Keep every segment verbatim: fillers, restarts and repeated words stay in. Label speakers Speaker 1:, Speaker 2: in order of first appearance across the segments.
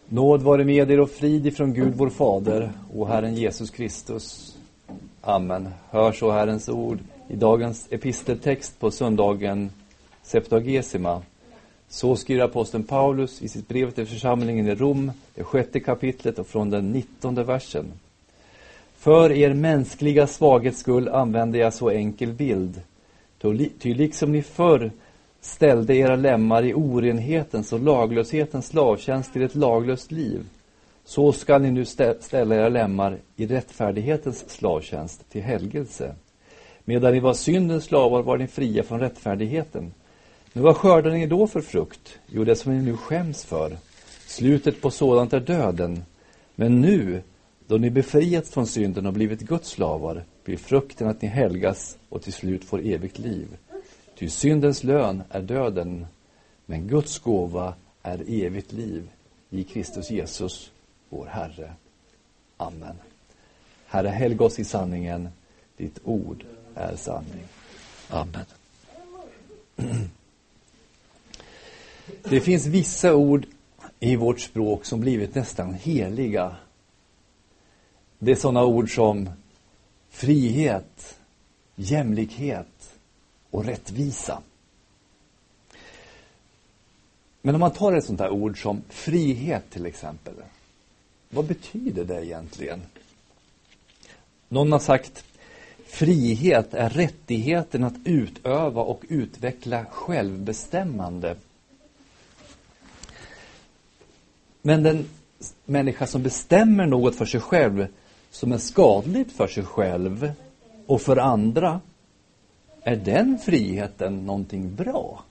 Speaker 1: Nåd vare med er och frid ifrån Gud vår Fader och Herren Jesus Kristus. Amen. Hör så Herrens ord i dagens episteltext på söndagen Septuagesima. Så skriver aposteln Paulus i sitt brev till församlingen i Rom, det sjätte kapitlet och från den nittonde versen. För er mänskliga svaghets skull använder jag så enkel bild. Ty liksom ni förr ställde era lemmar i orenhetens och laglöshetens slavtjänst till ett laglöst liv, så ska ni nu ställa era lemmar i rättfärdighetens slavtjänst till helgelse. Medan ni var syndens slavar var ni fria från rättfärdigheten. Men vad skördar ni då för frukt? Jo, det som ni nu skäms för. Slutet på sådant är döden. Men nu, då ni befriats från synden och blivit Guds slavar, blir frukten att ni helgas och till slut får evigt liv. Ty syndens lön är döden, men Guds gåva är evigt liv i Kristus Jesus, vår Herre. Amen. Herre, helga oss i sanningen. Ditt ord är sanning. Amen. Det finns vissa ord i vårt språk som blivit nästan heliga. Det är sådana ord som frihet, jämlikhet och rättvisa. Men om man tar ett sånt här ord som frihet till exempel, vad betyder det egentligen? Någon har sagt, frihet är rättigheten att utöva och utveckla självbestämmande. Men den människa som bestämmer något för sig själv som är skadligt för sig själv och för andra, är den friheten någonting bra?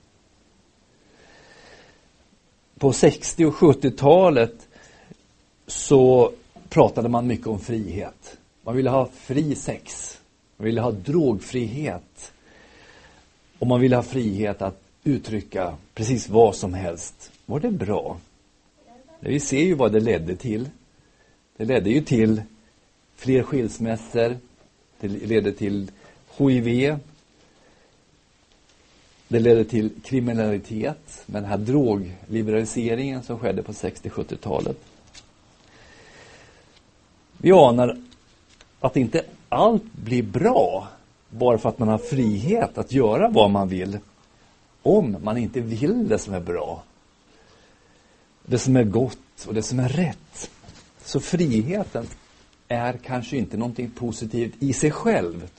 Speaker 1: På sextio- och sjuttiotalet så pratade man mycket om frihet. Man ville ha fri sex. Man ville ha drogfrihet. Och man ville ha frihet att uttrycka precis vad som helst. Var det bra? Vi ser ju vad det ledde till. Det ledde ju till fler skilsmässor. Det ledde till H I V. Det ledde till kriminalitet med den här drogliberaliseringen som skedde på sextio- och sjuttiotalet. Vi anar att inte allt blir bra bara för att man har frihet att göra vad man vill, om man inte vill det som är bra, det som är gott och det som är rätt. Så friheten är kanske inte någonting positivt i sig själv.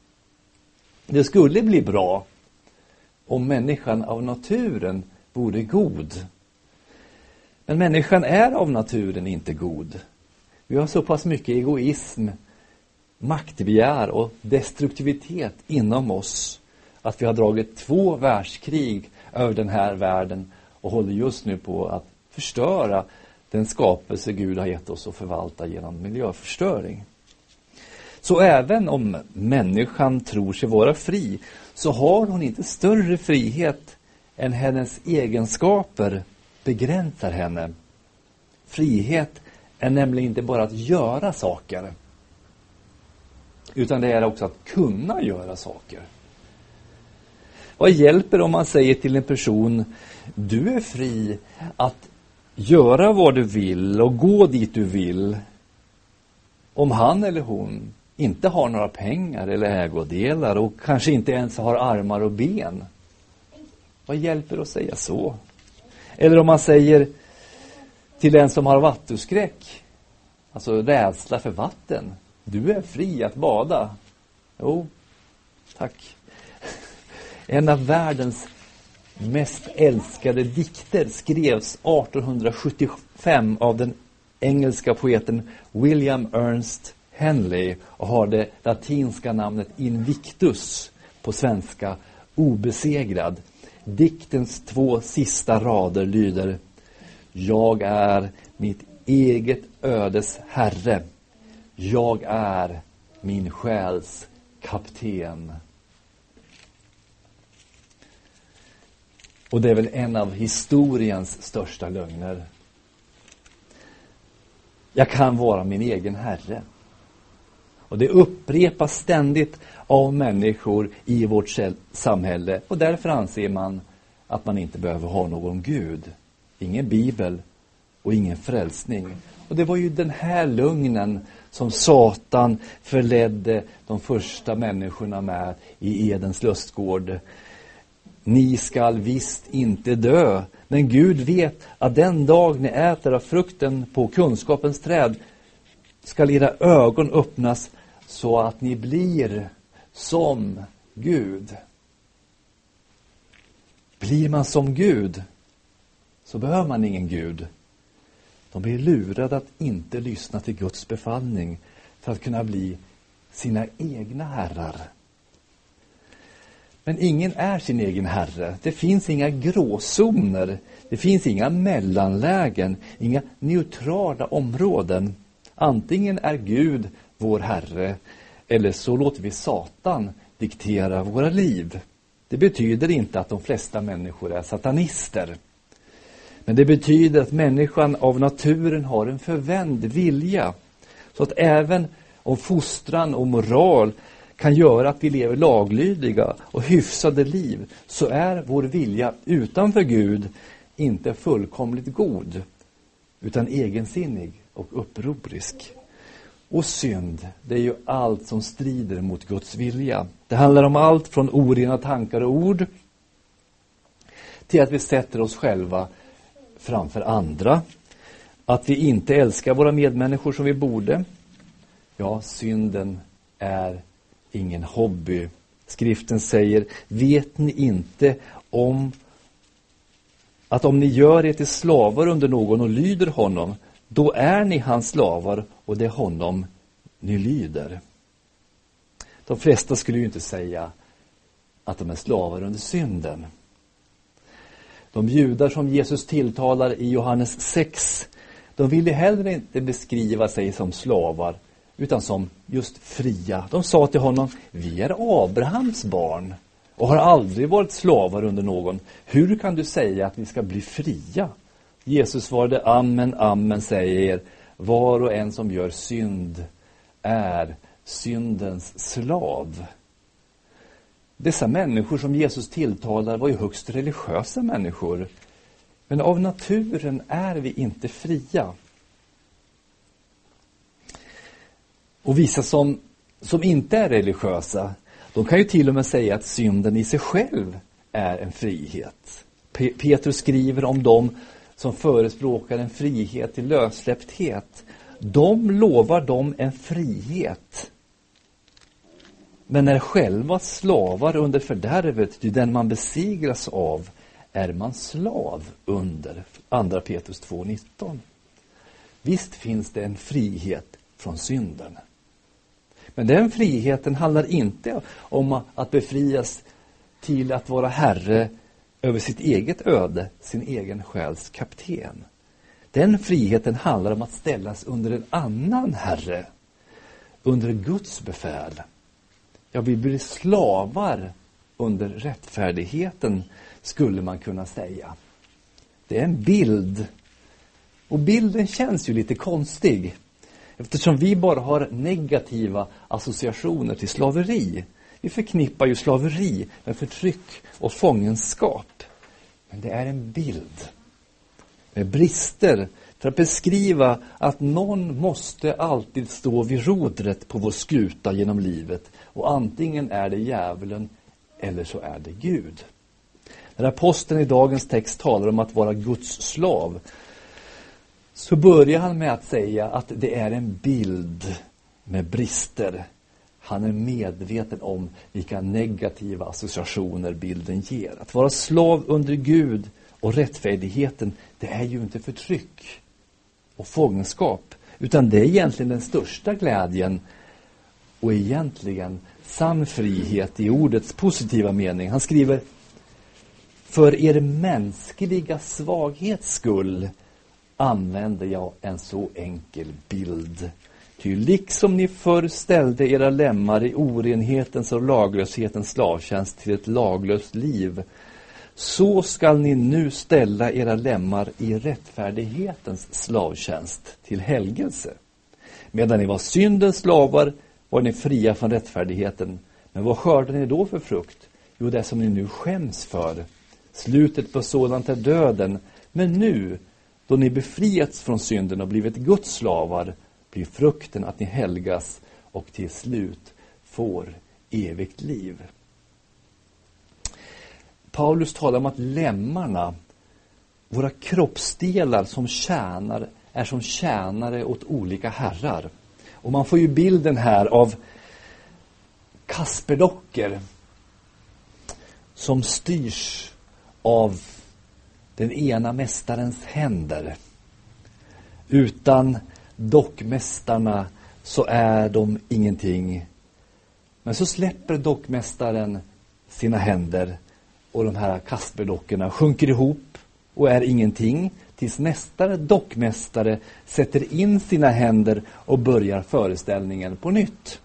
Speaker 1: Det skulle bli bra om människan av naturen vore god. Men människan är av naturen inte god. Vi har så pass mycket egoism, maktbegär och destruktivitet inom oss att vi har dragit två världskrig över den här världen och håller just nu på att förstöra den skapelse Gud har gett oss att förvalta genom miljöförstöring. Så även om människan tror sig vara fri, så har hon inte större frihet än hennes egenskaper begränsar henne. Frihet är nämligen inte bara att göra saker, utan det är också att kunna göra saker. Vad hjälper om man säger till en person, du är fri att göra vad du vill och gå dit du vill, om han eller hon inte har några pengar eller ägodelar och kanske inte ens har armar och ben? Vad hjälper att säga så? Eller om man säger till en som har vattenskräck, alltså rädsla för vatten, du är fri att bada. Jo, tack. En av världens mest älskade dikter skrevs arton sjuttiofem av den engelska poeten William Ernst Henley och har det latinska namnet Invictus, på svenska obesegrad. Diktens två sista rader lyder: jag är mitt eget ödes herre. Jag är min själs kapten. Och det är väl en av historiens största lögner. Jag kan vara min egen herre. Och det upprepas ständigt av människor i vårt samhälle. Och därför anser man att man inte behöver ha någon Gud. Ingen bibel och ingen frälsning. Och det var ju den här lögnen som Satan förledde de första människorna med i Edens lustgård. Ni skall visst inte dö, men Gud vet att den dag ni äter av frukten på kunskapens träd skall era ögon öppnas så att ni blir som Gud. Blir man som Gud så behöver man ingen Gud. De blir lurade att inte lyssna till Guds befallning för att kunna bli sina egna herrar. Men ingen är sin egen herre. Det finns inga gråzoner. Det finns inga mellanlägen. Inga neutrala områden. Antingen är Gud vår herre eller så låter vi Satan diktera våra liv. Det betyder inte att de flesta människor är satanister. Men det betyder att människan av naturen har en förvänd vilja. Så att även om fostran och moral kan göra att vi lever laglydiga och hyfsade liv, så är vår vilja utanför Gud inte fullkomligt god, utan egensinnig och upprorisk. Och synd, det är ju allt som strider mot Guds vilja. Det handlar om allt från orena tankar och ord till att vi sätter oss själva framför andra. Att vi inte älskar våra medmänniskor som vi borde. Ja, synden är ingen hobby. Skriften säger, vet ni inte om att om ni gör er till slavar under någon och lyder honom, då är ni hans slavar och det är honom ni lyder. De flesta skulle ju inte säga att de är slavar under synden. De judar som Jesus tilltalar i Johannes sex, de ville heller inte beskriva sig som slavar utan som just fria. De sa till honom, vi är Abrahams barn och har aldrig varit slavar under någon. Hur kan du säga att vi ska bli fria? Jesus svarade, amen, amen säger er, var och en som gör synd är syndens slav. Dessa människor som Jesus tilltalar var ju högst religiösa människor. Men av naturen är vi inte fria. Och vissa som, som inte är religiösa, de kan ju till och med säga att synden i sig själv är en frihet. Pe- Petrus skriver om dem som förespråkar en frihet till lössläppthet. De lovar dem en frihet. Men när själva slavar under fördärvet, ty den man besigras av, är man slav under. Andra Petrus två nitton. Visst finns det en frihet från synden. Men den friheten handlar inte om att befrias till att vara herre över sitt eget öde, sin egen själs kapten. Den friheten handlar om att ställas under en annan herre, under Guds befäl. Ja, vi blir slavar under rättfärdigheten, skulle man kunna säga. Det är en bild. Och bilden känns ju lite konstig. Eftersom vi bara har negativa associationer till slaveri. Vi förknippar ju slaveri med förtryck och fångenskap. Men det är en bild med brister för att beskriva att någon måste alltid stå vid rodret på vår skuta genom livet. Och antingen är det djävulen eller så är det Gud. När aposteln i dagens text talar om att vara Guds slav, så börjar han med att säga att det är en bild med brister. Han är medveten om vilka negativa associationer bilden ger. Att vara slav under Gud och rättfärdigheten, det är ju inte förtryck och fångenskap, utan det är egentligen den största glädjen och egentligen sann frihet i ordets positiva mening. Han skriver, för er mänskliga svaghets skull använder jag en så enkel bild. Ty liksom ni förr ställde era lemmar i orenhetens och laglöshetens slavtjänst till ett laglöst liv, så skall ni nu ställa era lemmar i rättfärdighetens slavtjänst till helgelse. Medan ni var syndens slavar var ni fria från rättfärdigheten. Men vad skördar ni då för frukt? Jo, det som ni nu skäms för. Slutet på sådant är döden. Men nu Då ni befriats från synden och blivit Guds slavar, blir frukten att ni helgas och till slut får evigt liv. Paulus talar om att lemmarna, våra kroppsdelar som tjänar, är som tjänare åt olika herrar. Och man får ju bilden här av kasperdockor som styrs av den ena mästarens händer. Utan dockmästarna så är de ingenting. Men så släpper dockmästaren sina händer och de här kasperdockorna sjunker ihop och är ingenting tills nästa dockmästare sätter in sina händer och börjar föreställningen på nytt.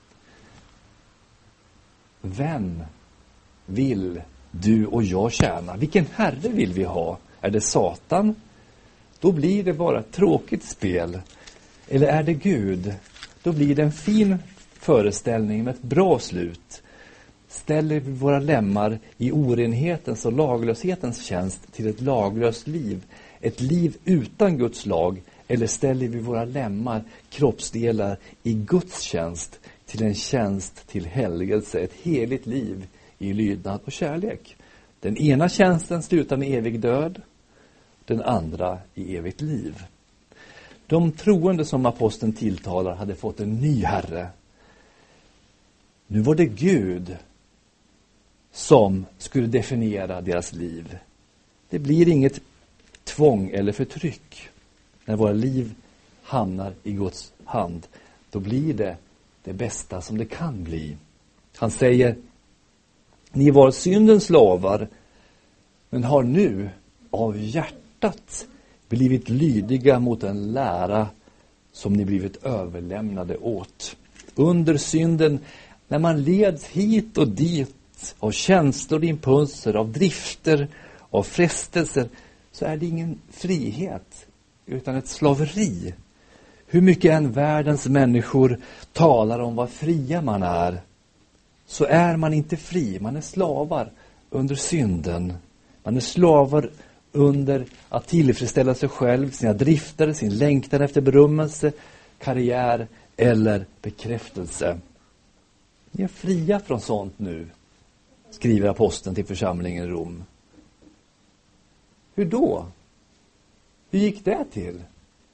Speaker 1: Vem vill du och jag tjäna? Vilken herre vill vi ha? Är det Satan? Då blir det bara ett tråkigt spel. Eller är det Gud? Då blir det en fin föreställning med ett bra slut. Ställer vi våra lemmar i orenhetens och laglöshetens tjänst till ett laglöst liv, ett liv utan Guds lag, eller ställer vi våra lemmar, kroppsdelar, i Guds tjänst till en tjänst till helgelse, ett heligt liv i lydnad och kärlek. Den ena tjänsten slutar med evig död, den andra i evigt liv. De troende som aposteln tilltalar hade fått en ny herre. Nu var det Gud som skulle definiera deras liv. Det blir inget tvång eller förtryck. När våra liv hamnar i Guds hand, då blir det det bästa som det kan bli. Han säger: ni var syndens slavar, men har nu av hjärtat blivit lydiga mot en lära som ni blivit överlämnade åt. Under synden, när man leds hit och dit av känslor, impulser, av drifter, av frestelser, så är det ingen frihet utan ett slaveri. Hur mycket än världens människor talar om vad fria man är, så är man inte fri. Man är slavar under synden. Man är slavar under att tillfredsställa sig själv, sina drifter, sin längtan efter berömmelse, karriär eller bekräftelse. Ni är fria från sånt nu, skriver aposteln till församlingen i Rom. Hur då? Hur gick det till?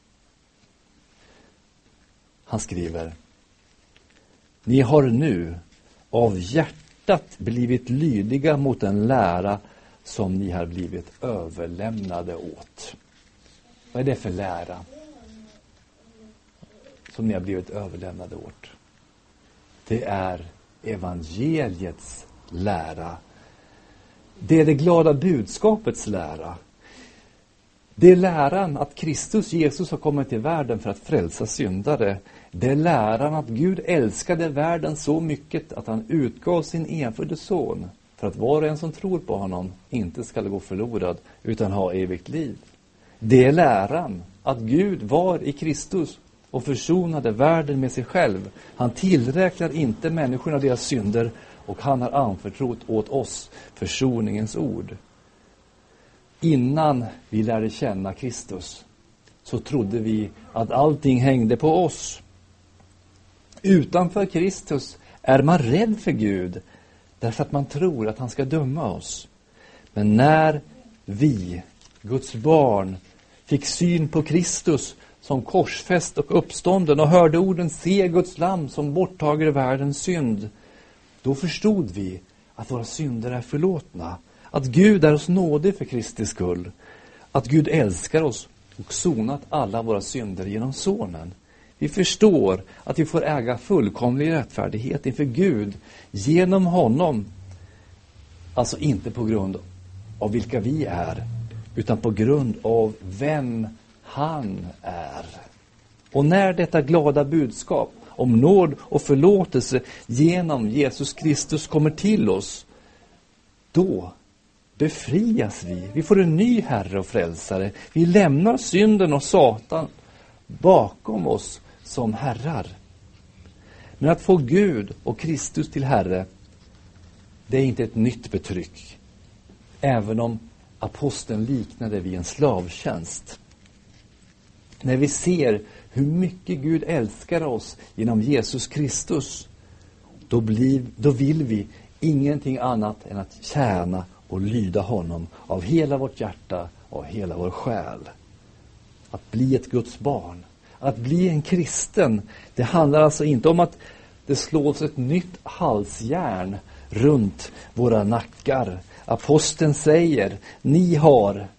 Speaker 1: Han skriver: ni har nu av hjärtat blivit lydiga mot en lära som ni har blivit överlämnade åt. Vad är det för lära som ni har blivit överlämnade åt? Det är evangeliets lära. Det är det glada budskapets lära. Det är läran att Kristus Jesus har kommit till världen för att frälsa syndare. Det är läran att Gud älskade världen så mycket att han utgav sin enfödde son för att var och en som tror på honom inte ska gå förlorad utan ha evigt liv. Det är läran att Gud var i Kristus och försonade världen med sig själv. Han tillräknar inte människorna deras synder och han har anförtrott åt oss försoningens ord. Innan vi lärde känna Kristus så trodde vi att allting hängde på oss. Utanför Kristus är man rädd för Gud därför att man tror att han ska döma oss. Men när vi, Guds barn, fick syn på Kristus som korsfäst och uppstånden och hörde orden se Guds lamm som borttager världens synd, då förstod vi att våra synder är förlåtna. Att Gud är oss nådig för Kristi skull. Att Gud älskar oss och sonat alla våra synder genom sonen. Vi förstår att vi får äga fullkomlig rättfärdighet inför Gud genom honom. Alltså inte på grund av vilka vi är, utan på grund av vem han är. Och när detta glada budskap om nåd och förlåtelse genom Jesus Kristus kommer till oss, då befrias vi. Vi får en ny herre och frälsare. Vi lämnar synden och Satan bakom oss som herrar. Men att få Gud och Kristus till herre, det är inte ett nytt betryck. Även om aposteln liknade vid en slavtjänst. När vi ser hur mycket Gud älskar oss genom Jesus Kristus, då, blir, då vill vi ingenting annat än att tjäna och lyda honom av hela vårt hjärta och hela vår själ. Att bli ett Guds barn, att bli en kristen, det handlar alltså inte om att det slås ett nytt halsjärn runt våra nackar. Aposteln säger, ni har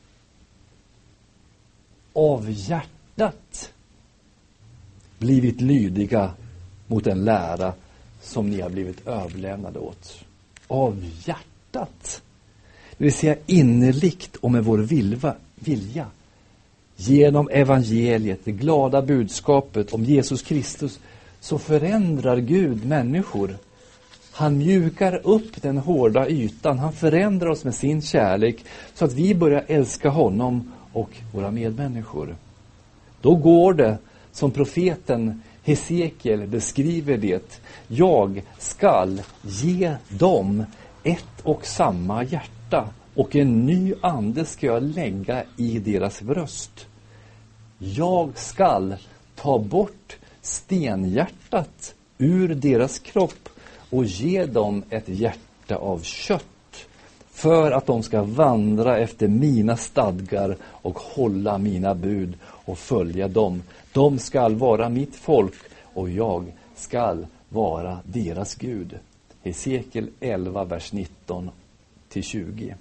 Speaker 1: av hjärtat blivit lydiga mot en lära som ni har blivit överlämnade åt. Av hjärtat. Det vill säga innerligt och med vår vilva, vilja. Genom evangeliet, det glada budskapet om Jesus Kristus, så förändrar Gud människor. Han mjukar upp den hårda ytan. Han förändrar oss med sin kärlek så att vi börjar älska honom och våra medmänniskor. Då går det som profeten Hesekiel beskriver det. Jag skall ge dem ett och samma hjärta, och en ny ande ska jag lägga i deras bröst. Jag skall ta bort stenhjärtat ur deras kropp och ge dem ett hjärta av kött, för att de ska vandra efter mina stadgar och hålla mina bud och följa dem. De skall vara mitt folk och jag skall vara deras Gud. Hesekiel elva, vers nitton till tjugo.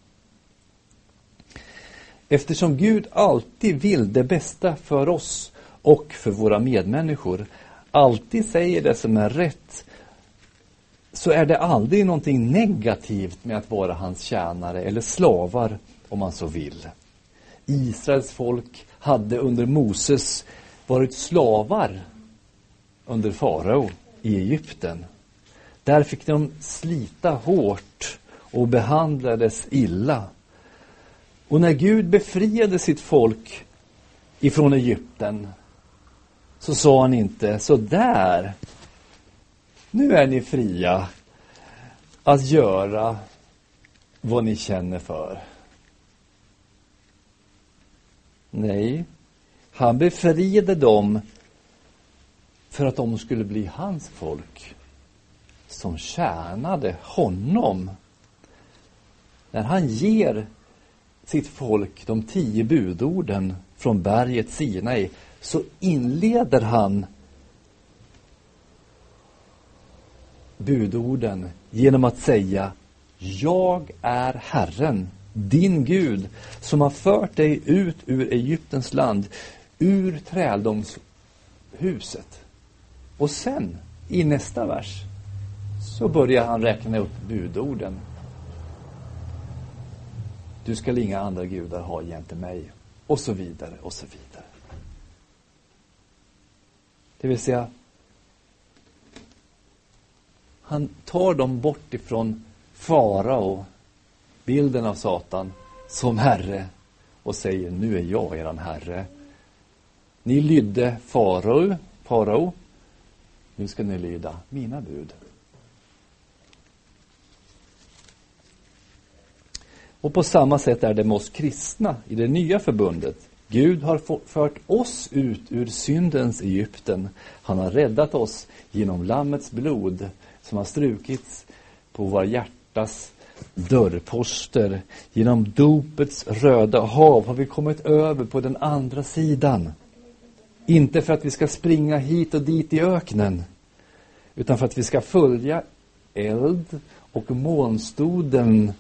Speaker 1: Eftersom Gud alltid vill det bästa för oss och för våra medmänniskor, alltid säger det som är rätt, så är det aldrig någonting negativt med att vara hans tjänare eller slavar, om man så vill. Israels folk hade under Moses varit slavar under farao i Egypten. Där fick de slita hårt och behandlades illa. Och när Gud befriade sitt folk ifrån Egypten, så sa han inte, så där, nu är ni fria att göra vad ni känner för. Nej, han befriade dem för att de skulle bli hans folk som tjänade honom. När han ger sitt folk de tio budorden från berget Sinai, så inleder han budorden genom att säga, jag är Herren, din Gud, som har fört dig ut ur Egyptens land, ur träldomshuset. Och sen, i nästa vers, så börjar han räkna upp budorden. Du ska inga andra gudar ha jämte mig. Och så vidare, och så vidare. Det vill säga, han tar dem bort ifrån farao, bilden av Satan, som herre, och säger, nu är jag eran herre. Ni lydde farao, farao, nu ska ni lyda mina bud. Och på samma sätt är det med oss kristna i det nya förbundet. Gud har fört oss ut ur syndens Egypten. Han har räddat oss genom lammets blod som har strukits på våra hjärtas dörrposter. Genom dopets röda hav har vi kommit över på den andra sidan. Inte för att vi ska springa hit och dit i öknen, utan för att vi ska följa eld och molnstoden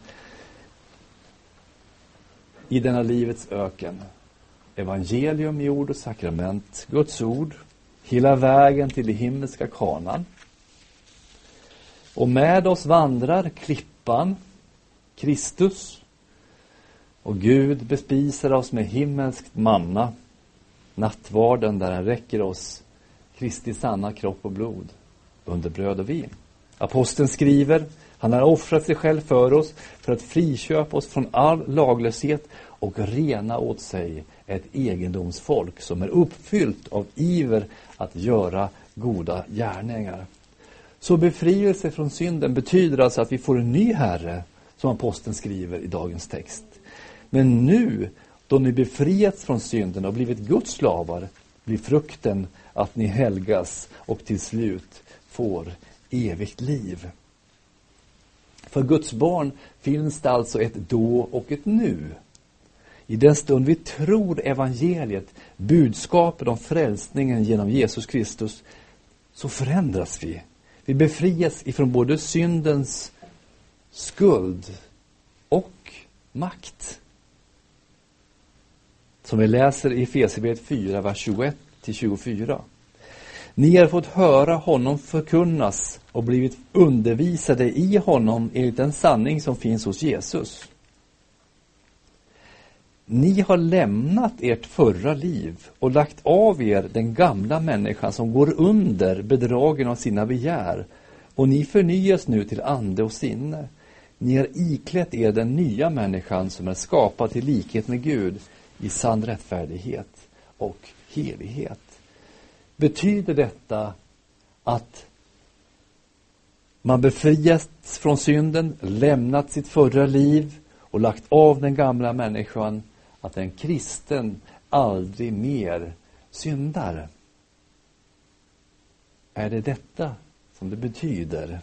Speaker 1: i denna livets öken. Evangelium i ord och sakrament, Guds ord, hela vägen till det himmelska kanan. Och med oss vandrar klippan, Kristus, och Gud bespisar oss med himmelskt manna, nattvarden där han räcker oss Kristi sanna kropp och blod under bröd och vin. Aposteln skriver, han har offrat sig själv för oss för att friköpa oss från all laglöshet och rena åt sig ett egendomsfolk som är uppfyllt av iver att göra goda gärningar. Så befrielse från synden betyder alltså att vi får en ny herre, som aposteln skriver i dagens text. Men nu, Då ni befriats från synden och blivit Guds slavar, blir frukten att ni helgas och till slut får evigt liv. För Guds barn finns det alltså ett då och ett nu. I den stund vi tror evangeliet, budskapet om frälsningen genom Jesus Kristus, så förändras vi. Vi befrias ifrån både syndens skuld och makt. Som vi läser i Efesierbrevet fyra, vers tjugoett till tjugofyra. Ni har fått höra honom förkunnas och blivit undervisade i honom enligt den sanning som finns hos Jesus. Ni har lämnat ert förra liv och lagt av er den gamla människan som går under bedragen av sina begär, och ni förnyas nu till ande och sinne. Ni har iklätt er den nya människan som är skapad till likhet med Gud i sann rättfärdighet och helighet. Betyder detta att man befriats från synden, lämnat sitt förra liv och lagt av den gamla människan, att en kristen aldrig mer syndar? Är det detta som det betyder?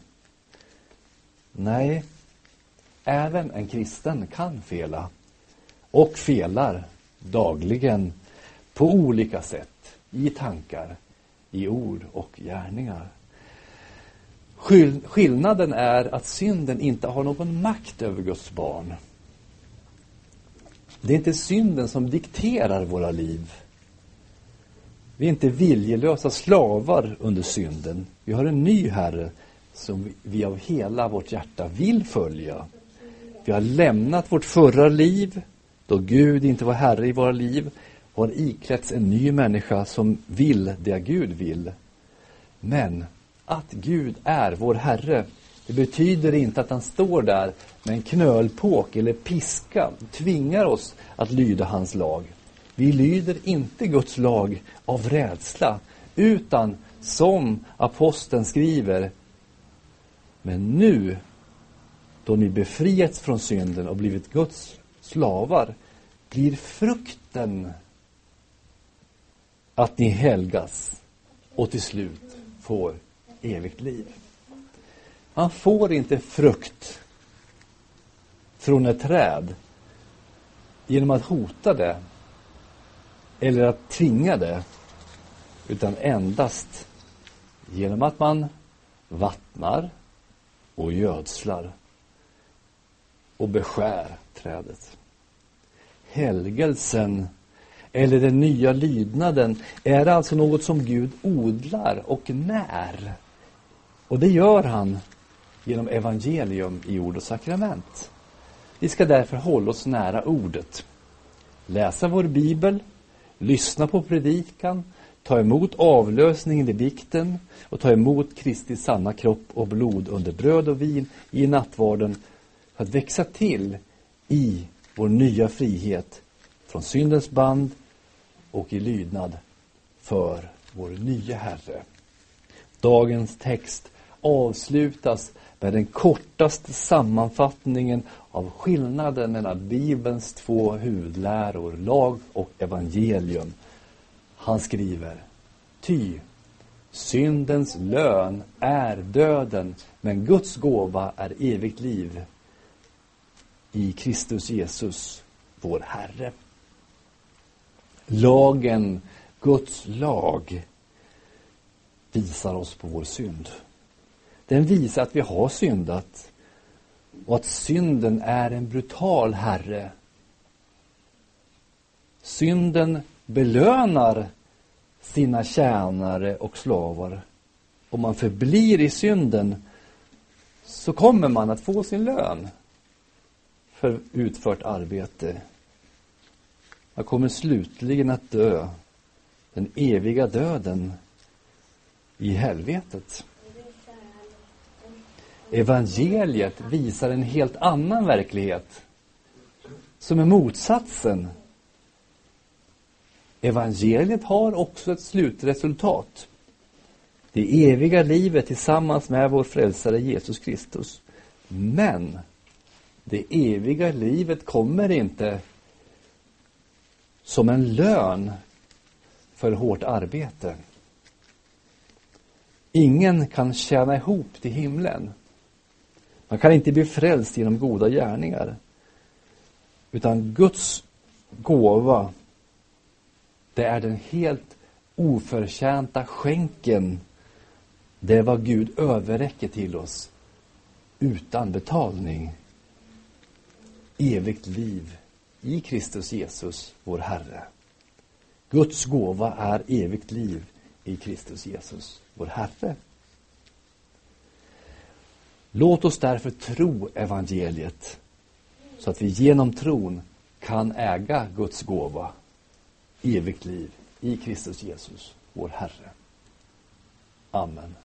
Speaker 1: Nej, även en kristen kan fela och felar dagligen på olika sätt, i tankar, i ord och gärningar. Skill- skillnaden är att synden inte har någon makt över Guds barn. Det är inte synden som dikterar våra liv. Vi är inte viljelösa slavar under synden. Vi har en ny Herre som vi av hela vårt hjärta vill följa. Vi har lämnat vårt förra liv, då Gud inte var Herre i våra liv, och har iklätts en ny människa som vill det Gud vill. Men att Gud är vår Herre, det betyder inte att han står där med en knölpåk eller piska, tvingar oss att lyda hans lag. Vi lyder inte Guds lag av rädsla, utan som aposteln skriver: men nu, då ni befriats från synden och blivit Guds slavar, blir frukten att ni helgas och till slut får evigt liv. Man får inte frukt från ett träd genom att hota det eller att tvinga det, utan endast genom att man vattnar och gödslar och beskär trädet. Helgelsen eller den nya lydnaden är alltså något som Gud odlar och när. Och det gör han genom evangelium i ord och sakrament. Vi ska därför hålla oss nära ordet. Läsa vår bibel, lyssna på predikan, ta emot avlösningen i bikten och ta emot Kristi sanna kropp och blod under bröd och vin i nattvarden, för att växa till i vår nya frihet från syndens band och i lydnad för vår nya Herre. Dagens text avslutas med den kortaste sammanfattningen av skillnaden mellan Bibelns två huvudläror, lag och evangelium. Han skriver: ty syndens lön är döden, men Guds gåva är evigt liv i Kristus Jesus, vår Herre. Lagen, Guds lag, visar oss på vår synd. Den visar att vi har syndat och att synden är en brutal herre. Synden belönar sina tjänare och slavar. Om man förblir i synden så kommer man att få sin lön för utfört arbete. Man kommer slutligen att dö den eviga döden i helvetet. Evangeliet visar en helt annan verklighet som är motsatsen. Evangeliet har också ett slutresultat. Det eviga livet tillsammans med vår frälsare Jesus Kristus. Men det eviga livet kommer inte som en lön för hårt arbete. Ingen kan tjäna ihop till himlen. Man kan inte bli frälst genom goda gärningar. Utan Guds gåva, det är den helt oförtjänta skänken. Det är vad Gud överräcker till oss utan betalning. Evigt liv i Kristus Jesus, vår Herre. Guds gåva är evigt liv i Kristus Jesus, vår Herre. Låt oss därför tro evangeliet, så att vi genom tron kan äga Guds gåva, evigt liv i Kristus Jesus, vår Herre. Amen.